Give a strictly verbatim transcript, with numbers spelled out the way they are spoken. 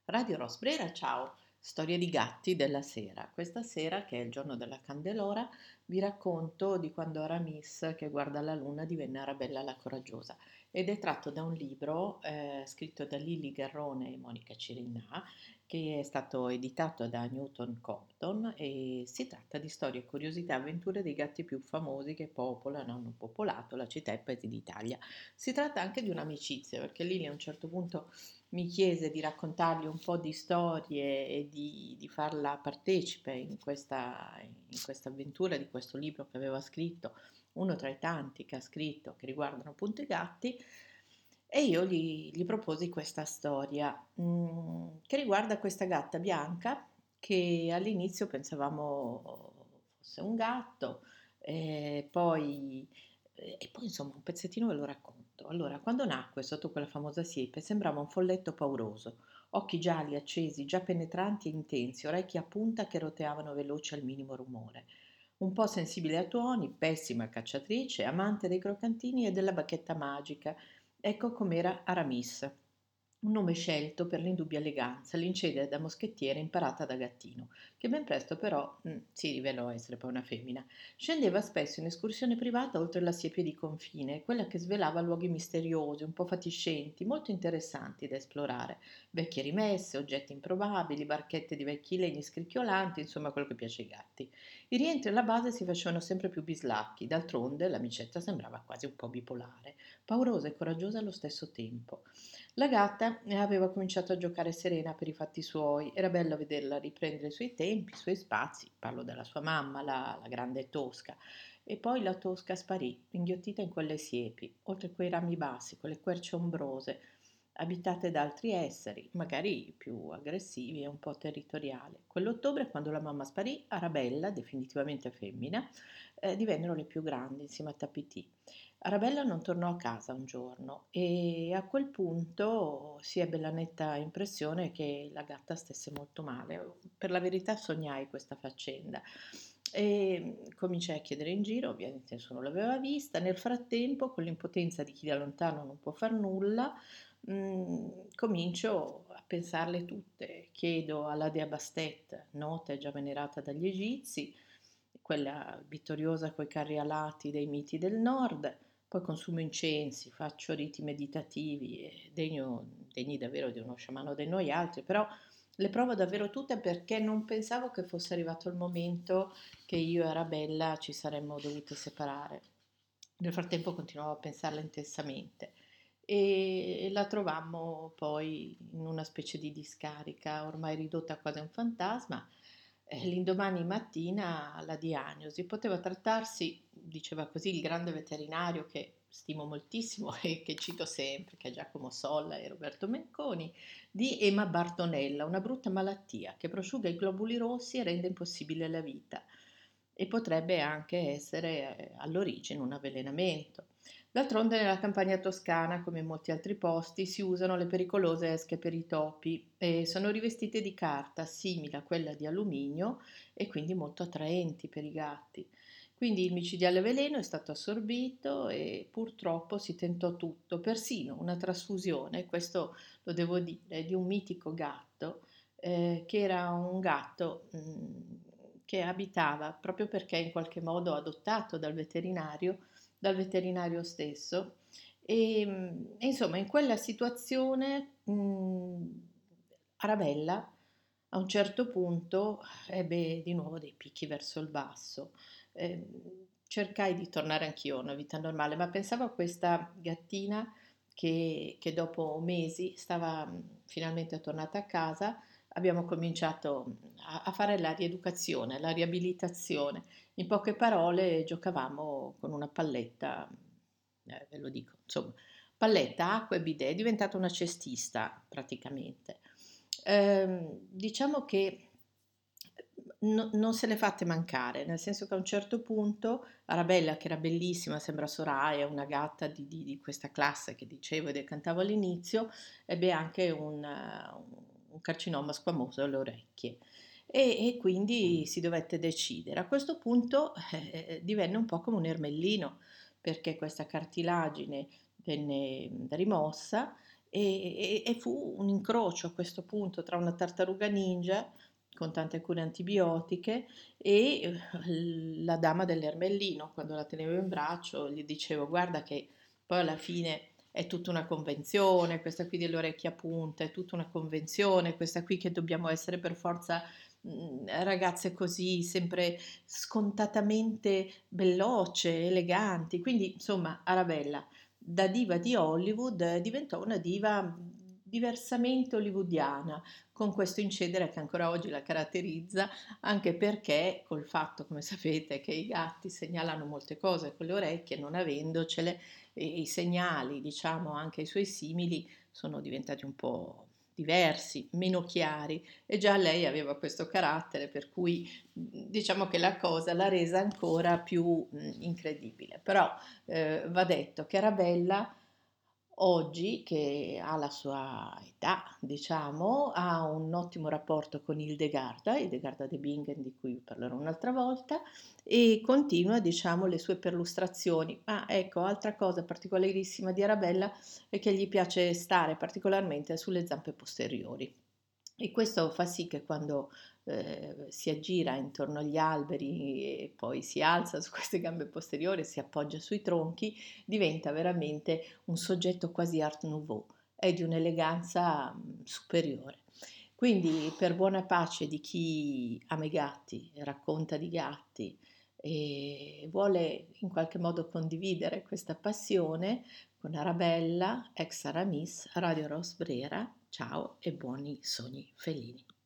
Radio Rosbrera, ciao! Storie di gatti della sera. Questa sera, che è il giorno della Candelora, vi racconto di quando Aramis, che guarda la luna, divenne Arabella la coraggiosa. Ed è tratto da un libro eh, scritto da Lily Garrone e Monica Cirinà, che è stato editato da Newton Compton e si tratta di storie, curiosità e avventure dei gatti più famosi che popolano, hanno popolato la città e i paesi d'Italia. Si tratta anche di un'amicizia, perché Lily a un certo punto mi chiese di raccontargli un po' di storie e di, di farla partecipe in questa, in questa avventura di questo libro che aveva scritto, uno tra i tanti che ha scritto che riguardano appunto i gatti, e io gli, gli proposi questa storia mm, che riguarda questa gatta bianca che all'inizio pensavamo fosse un gatto, e poi, e poi insomma un pezzettino ve lo racconto. Allora, quando nacque sotto quella famosa siepe sembrava un folletto pauroso, occhi gialli accesi, già penetranti e intensi, orecchie a punta che roteavano veloci al minimo rumore. Un po' sensibile a tuoni, pessima cacciatrice, amante dei croccantini e della bacchetta magica. Ecco com'era Aramis. Un nome scelto per l'indubbia eleganza, l'incedere da moschettiere imparata da gattino, che ben presto però mm, si rivelò essere poi una femmina. Scendeva spesso in escursione privata oltre la siepe di confine, quella che svelava luoghi misteriosi, un po' fatiscenti, molto interessanti da esplorare. Vecchie rimesse, oggetti improbabili, barchette di vecchi legni scricchiolanti, insomma quello che piace ai gatti. I rientri alla base si facevano sempre più bislacchi, d'altronde l'amicetta sembrava quasi un po' bipolare, paurosa e coraggiosa allo stesso tempo. La gatta aveva cominciato a giocare serena per i fatti suoi, era bello vederla riprendere i suoi tempi, i suoi spazi, parlo della sua mamma, la, la grande Tosca, e poi la Tosca sparì, inghiottita in quelle siepi, oltre quei rami bassi, quelle querce ombrose, abitate da altri esseri, magari più aggressivi e un po' territoriali. Quell'ottobre, quando la mamma sparì, Arabella, definitivamente femmina, eh, divennero le più grandi insieme a Tapiti. Arabella non tornò a casa un giorno e a quel punto si ebbe la netta impressione che la gatta stesse molto male. Per la verità sognai questa faccenda e cominciai a chiedere in giro, ovviamente nessuno l'aveva vista. Nel frattempo, con l'impotenza di chi da lontano non può far nulla, mh, comincio a pensarle tutte. Chiedo alla dea Bastet, nota e già venerata dagli egizi, quella vittoriosa coi carri alati dei miti del nord, poi consumo incensi, faccio riti meditativi, eh, degno- degni davvero di uno sciamano dei noi altri, però le provo davvero tutte perché non pensavo che fosse arrivato il momento che io e Arabella ci saremmo dovute separare. Nel frattempo continuavo a pensarla intensamente e la trovammo poi in una specie di discarica, ormai ridotta quasi a un fantasma. Eh, L'indomani mattina la diagnosi poteva trattarsi, diceva così il grande veterinario che stimo moltissimo e che cito sempre, che è Giacomo Solla e Roberto Menconi, di Ema Bartonella, una brutta malattia che prosciuga i globuli rossi e rende impossibile la vita e potrebbe anche essere eh, all'origine un avvelenamento. D'altronde nella campagna toscana, come in molti altri posti, si usano le pericolose esche per i topi e sono rivestite di carta simile a quella di alluminio e quindi molto attraenti per i gatti. Quindi il micidiale veleno è stato assorbito e purtroppo si tentò tutto, persino una trasfusione, questo lo devo dire, di un mitico gatto eh, che era un gatto mh, che abitava proprio perché in qualche modo adottato dal veterinario, dal veterinario stesso. E, mh, e insomma, in quella situazione mh, Arabella a un certo punto ebbe di nuovo dei picchi verso il basso. Eh, cercai di tornare anch'io a una vita normale, ma pensavo a questa gattina che, che dopo mesi stava mh, finalmente tornata a casa. Abbiamo cominciato a, a fare la rieducazione, la riabilitazione. In poche parole, giocavamo con una palletta, eh, ve lo dico, insomma, palletta, acqua e bidet, è diventata una cestista praticamente. Ehm, diciamo che no- non se le fate mancare, nel senso che a un certo punto Arabella, che era bellissima, sembra Soraya, una gatta di, di- di questa classe che dicevo e cantavo all'inizio, ebbe anche un, eh, un carcinoma squamoso alle orecchie. E, e quindi si dovette decidere. A questo punto eh, divenne un po' come un ermellino, perché questa cartilagine venne rimossa e, e- e fu un incrocio a questo punto tra una tartaruga ninja con tante cure antibiotiche e eh, la dama dell'ermellino. Quando la tenevo in braccio gli dicevo guarda che poi alla fine è tutta una convenzione, questa qui delle orecchie a punta è tutta una convenzione, questa qui che dobbiamo essere per forza mh, ragazze così, sempre scontatamente veloce, eleganti. Quindi, insomma, Arabella, da diva di Hollywood, diventò una diva diversamente hollywoodiana, con questo incedere che ancora oggi la caratterizza, anche perché col fatto, come sapete, che i gatti segnalano molte cose con le orecchie, non avendocele, i segnali, diciamo, anche i suoi simili sono diventati un po' diversi, meno chiari, e già lei aveva questo carattere per cui diciamo che la cosa l'ha resa ancora più mh, incredibile. Però eh, va detto che Arabella oggi, che ha la sua età, diciamo, ha un ottimo rapporto con Hildegarda, Hildegarda de Bingen, di cui parlerò un'altra volta, e continua, diciamo, le sue perlustrazioni. Ma ecco, altra cosa particolarissima di Arabella è che gli piace stare particolarmente sulle zampe posteriori. E questo fa sì che quando eh, si aggira intorno agli alberi e poi si alza su queste gambe posteriori, si appoggia sui tronchi, diventa veramente un soggetto quasi Art Nouveau, è di un'eleganza mh, superiore. Quindi, per buona pace di chi ama i gatti, racconta di gatti e vuole in qualche modo condividere questa passione con Arabella, ex Aramis, Radio Rosbrera, ciao e buoni sogni felini.